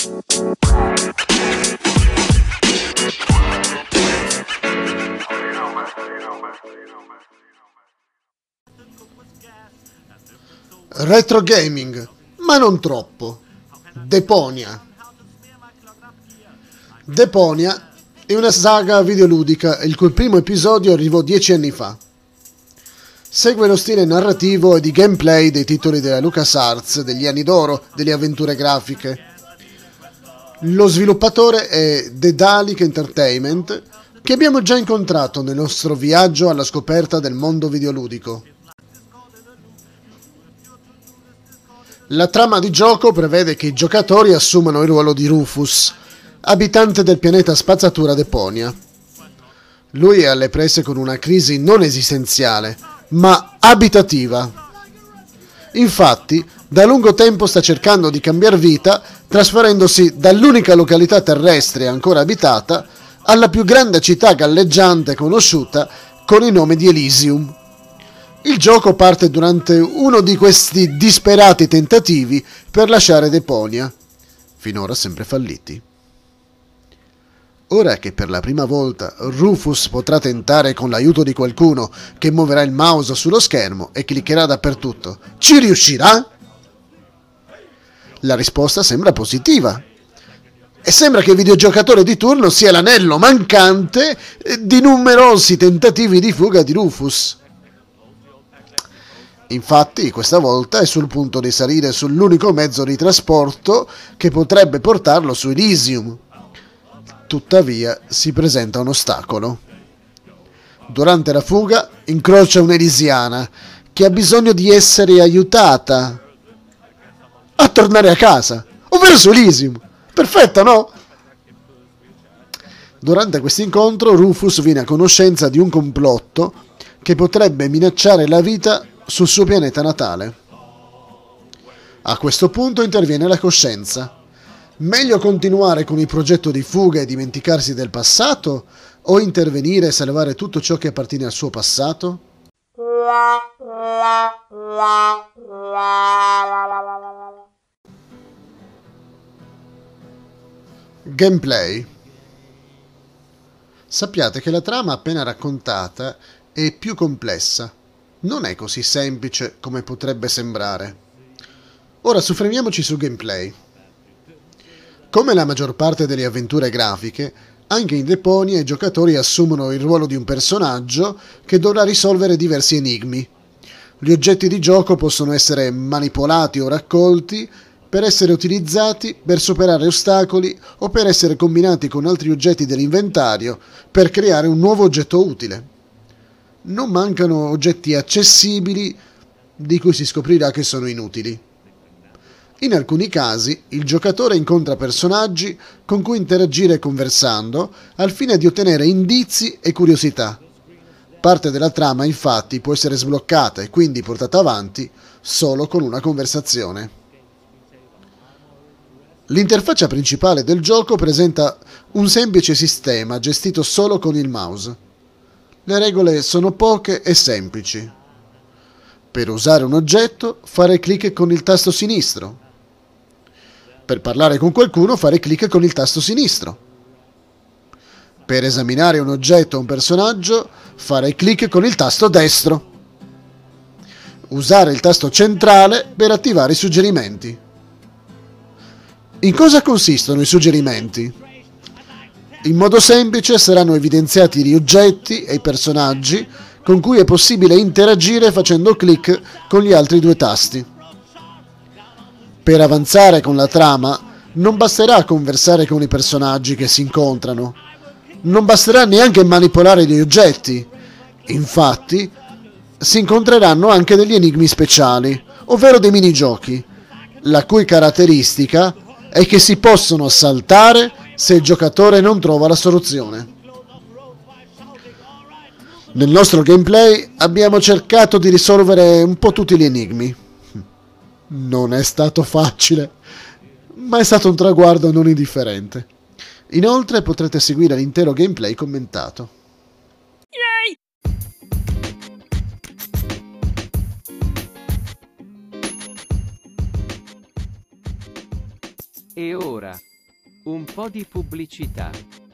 Retro gaming, ma non troppo. Deponia. Deponia è una saga videoludica il cui primo episodio arrivò 10 anni fa. Segue lo stile narrativo e di gameplay dei titoli della LucasArts degli anni d'oro delle avventure grafiche. Lo sviluppatore è Daedalic Entertainment, che abbiamo già incontrato nel nostro viaggio alla scoperta del mondo videoludico. La trama di gioco prevede che i giocatori assumano il ruolo di Rufus, abitante del pianeta spazzatura Deponia. Lui è alle prese con una crisi non esistenziale, ma abitativa. Infatti, da lungo tempo sta cercando di cambiare vita, trasferendosi dall'unica località terrestre ancora abitata alla più grande città galleggiante conosciuta con il nome di Elysium. Il gioco parte durante uno di questi disperati tentativi per lasciare Deponia, finora sempre falliti. Ora che per la prima volta Rufus potrà tentare con l'aiuto di qualcuno che muoverà il mouse sullo schermo e cliccherà dappertutto, ci riuscirà? La risposta sembra positiva. E sembra che il videogiocatore di turno sia l'anello mancante di numerosi tentativi di fuga di Rufus. Infatti, questa volta è sul punto di salire sull'unico mezzo di trasporto che potrebbe portarlo su Elysium. Tuttavia, si presenta un ostacolo. Durante la fuga, incrocia un'elisiana che ha bisogno di essere aiutata a tornare a casa, ovvero su Elysium. Perfetto, no? Durante questo incontro, Rufus viene a conoscenza di un complotto che potrebbe minacciare la vita sul suo pianeta natale. A questo punto interviene la coscienza. Meglio continuare con il progetto di fuga e dimenticarsi del passato o intervenire e salvare tutto ciò che appartiene al suo passato? Gameplay. Sappiate che la trama appena raccontata è più complessa. Non è così semplice come potrebbe sembrare. Ora soffermiamoci sul gameplay. Come la maggior parte delle avventure grafiche, anche in Deponia i giocatori assumono il ruolo di un personaggio che dovrà risolvere diversi enigmi. Gli oggetti di gioco possono essere manipolati o raccolti per essere utilizzati per superare ostacoli o per essere combinati con altri oggetti dell'inventario per creare un nuovo oggetto utile. Non mancano oggetti accessibili di cui si scoprirà che sono inutili. In alcuni casi il giocatore incontra personaggi con cui interagire conversando al fine di ottenere indizi e curiosità. Parte della trama infatti può essere sbloccata e quindi portata avanti solo con una conversazione. L'interfaccia principale del gioco presenta un semplice sistema gestito solo con il mouse. Le regole sono poche e semplici. Per usare un oggetto, fare clic con il tasto sinistro. Per parlare con qualcuno, fare clic con il tasto sinistro. Per esaminare un oggetto o un personaggio, fare clic con il tasto destro. Usare il tasto centrale per attivare i suggerimenti. In cosa consistono i suggerimenti? In modo semplice saranno evidenziati gli oggetti e i personaggi con cui è possibile interagire facendo clic con gli altri due tasti. Per avanzare con la trama non basterà conversare con i personaggi che si incontrano, non basterà neanche manipolare gli oggetti. Infatti, si incontreranno anche degli enigmi speciali, ovvero dei minigiochi, la cui caratteristica è che si possono saltare se il giocatore non trova la soluzione. Nel nostro gameplay abbiamo cercato di risolvere un po' tutti gli enigmi. Non è stato facile, ma è stato un traguardo non indifferente. Inoltre potrete seguire l'intero gameplay commentato. Yay! E ora, Un po' di pubblicità.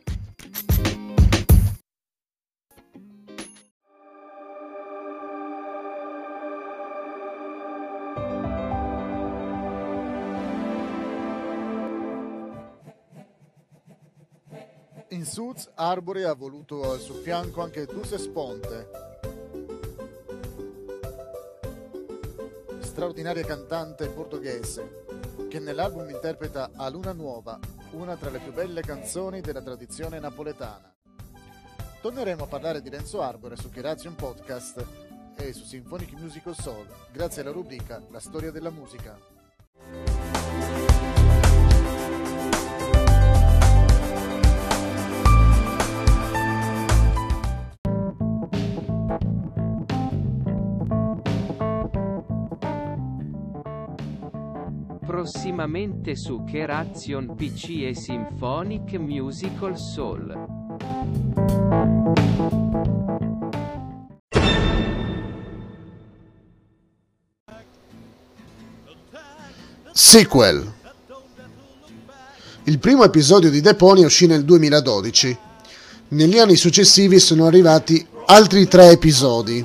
In Suits, Arbore ha voluto al suo fianco anche Dulce Sponte, straordinaria cantante portoghese, che nell'album interpreta A Luna Nuova, una tra le più belle canzoni della tradizione napoletana. Torneremo a parlare di Renzo Arbore su Keration Podcast e su Symphonic Musical Soul, grazie alla rubrica La storia della musica. Prossimamente su Keration PC e Symphonic Musical Soul. Sequel. Il primo episodio di Deponia uscì nel 2012. Negli anni successivi sono arrivati altri 3 episodi.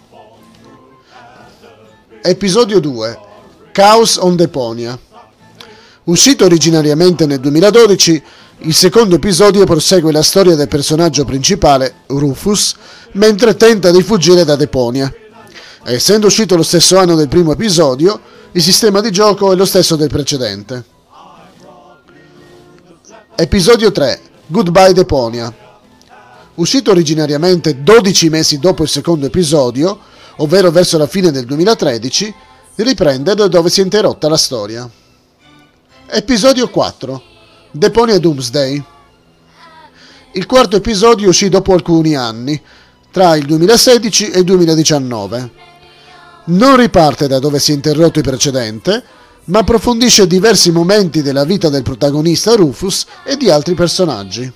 Episodio 2. Chaos on Deponia. Uscito originariamente nel 2012, il secondo episodio prosegue la storia del personaggio principale, Rufus, mentre tenta di fuggire da Deponia. Essendo uscito lo stesso anno del primo episodio, il sistema di gioco è lo stesso del precedente. Episodio 3. Goodbye Deponia. Uscito originariamente 12 mesi dopo il secondo episodio, ovvero verso la fine del 2013, riprende da dove si è interrotta la storia. Episodio 4. Deponia Doomsday. Il quarto episodio uscì dopo alcuni anni, tra il 2016 e il 2019. Non riparte da dove si è interrotto il precedente, ma approfondisce diversi momenti della vita del protagonista Rufus e di altri personaggi.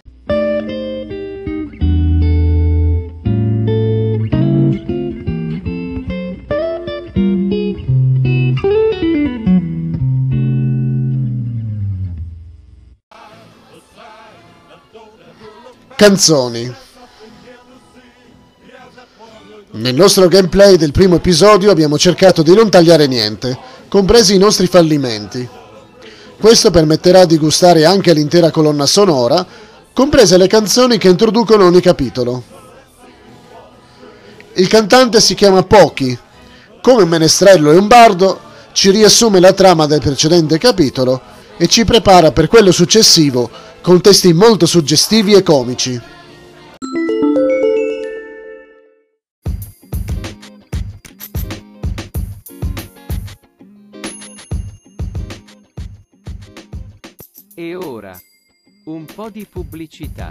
Canzoni. Nel nostro gameplay del primo episodio abbiamo cercato di non tagliare niente, compresi i nostri fallimenti. Questo permetterà di gustare anche l'intera colonna sonora, comprese le canzoni che introducono ogni capitolo. Il cantante si chiama Poki. Come un menestrello e un bardo, ci riassume la trama del precedente capitolo e ci prepara per quello successivo con testi molto suggestivi e comici. E ora, un po' di pubblicità.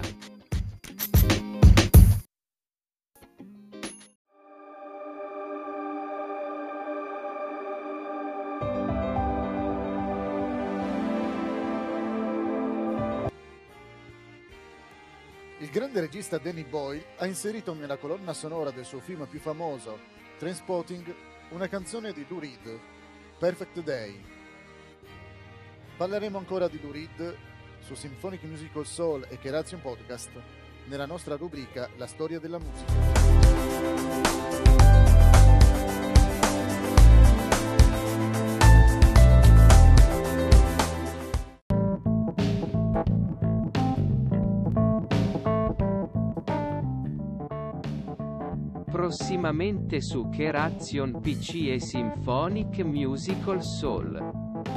Il grande regista Danny Boyle ha inserito nella colonna sonora del suo film più famoso, Trainspotting, una canzone di Lou Reed, Perfect Day. Parleremo ancora di Lou Reed su Symphonic Musical Soul e Keration Podcast nella nostra rubrica La storia della musica. Prossimamente su Keration PC e Symphonic Musical Soul.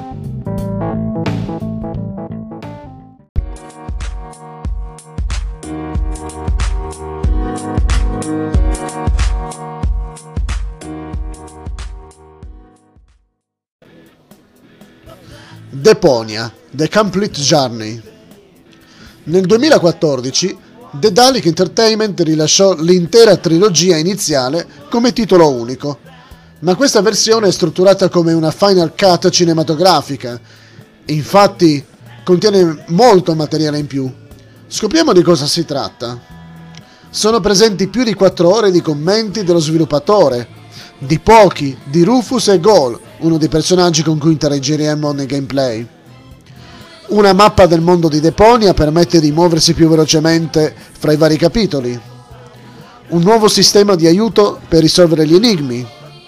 Deponia, The Complete Journey. Nel 2014 Daedalic Entertainment rilasciò l'intera trilogia iniziale come titolo unico, ma questa versione è strutturata come una Final Cut cinematografica, infatti contiene molto materiale in più. Scopriamo di cosa si tratta. Sono presenti più di 4 ore di commenti dello sviluppatore, di Poki, di Rufus e Gol, uno dei personaggi con cui interagiremo nel gameplay. Una mappa del mondo di Deponia permette di muoversi più velocemente fra i vari capitoli. Un nuovo sistema di aiuto per risolvere gli enigmi.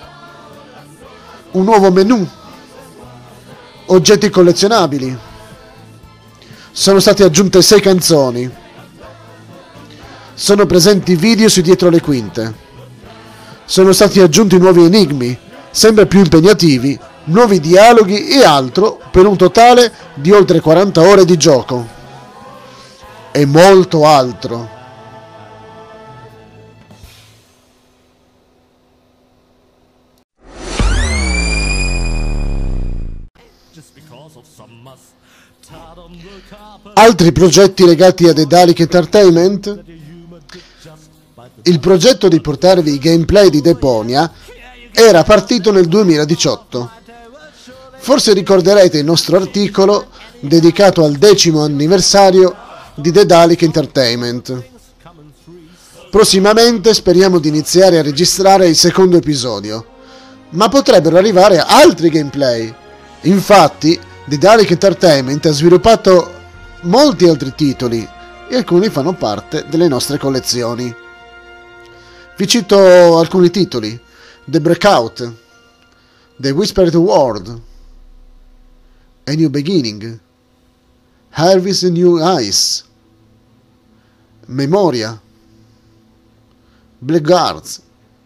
Un nuovo menu. Oggetti collezionabili. Sono state aggiunte 6 canzoni. Sono presenti video su dietro le quinte. Sono stati aggiunti nuovi enigmi, sempre più impegnativi, nuovi dialoghi e altro, per un totale di oltre 40 ore di gioco. E molto altro. Altri progetti legati a Daedalic Entertainment. Il progetto di portarvi i gameplay di Deponia era partito nel 2018. Forse ricorderete il nostro articolo dedicato al 10° anniversario di Daedalic Entertainment. Prossimamente speriamo di iniziare a registrare il 2° episodio, ma potrebbero arrivare altri gameplay. Infatti, Daedalic Entertainment ha sviluppato molti altri titoli e alcuni fanno parte delle nostre collezioni. Vi cito alcuni titoli: The Breakout, The Whispered World, A New Beginning, Harvest New Eyes, Memoria, Blackguards,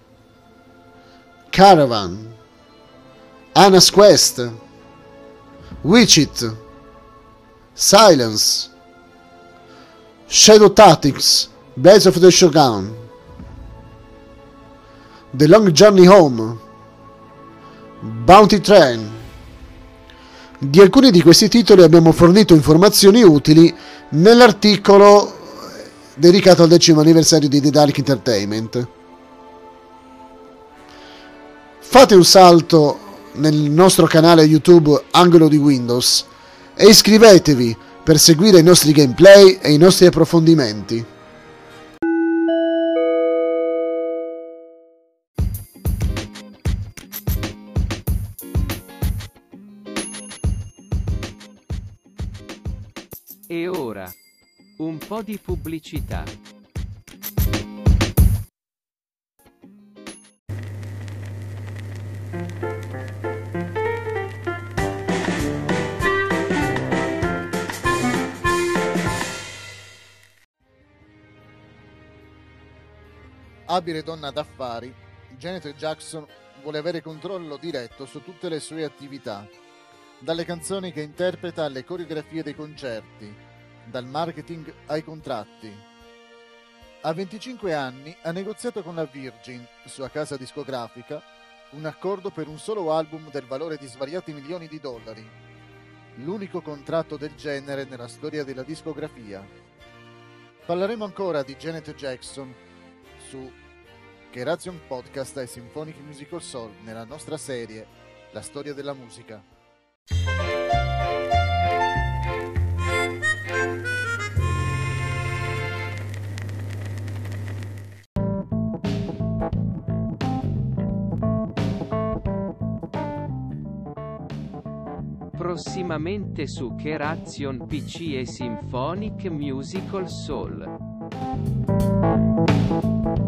Caravan, Anna's Quest, Witchit, Silence, Shadow Tactics, Blades of the Shogun, The Long Journey Home, Bounty Train. Di alcuni di questi titoli abbiamo fornito informazioni utili nell'articolo dedicato al 10° anniversario di Daedalic Entertainment. Fate un salto nel nostro canale YouTube Angolo di Windows e iscrivetevi per seguire i nostri gameplay e i nostri approfondimenti. E ora, un po' di pubblicità. Abile donna d'affari, Janet Jackson vuole avere controllo diretto su tutte le sue attività, dalle canzoni che interpreta alle coreografie dei concerti, dal marketing ai contratti. A 25 anni ha negoziato con la Virgin, sua casa discografica, un accordo per un solo album del valore di svariati milioni di dollari, l'unico contratto del genere nella storia della discografia. Parleremo ancora di Janet Jackson su Keration Podcast e Symphonic Musical Soul nella nostra serie La storia della musica. Prossimamente su Keration PC e Symphonic Musical Soul.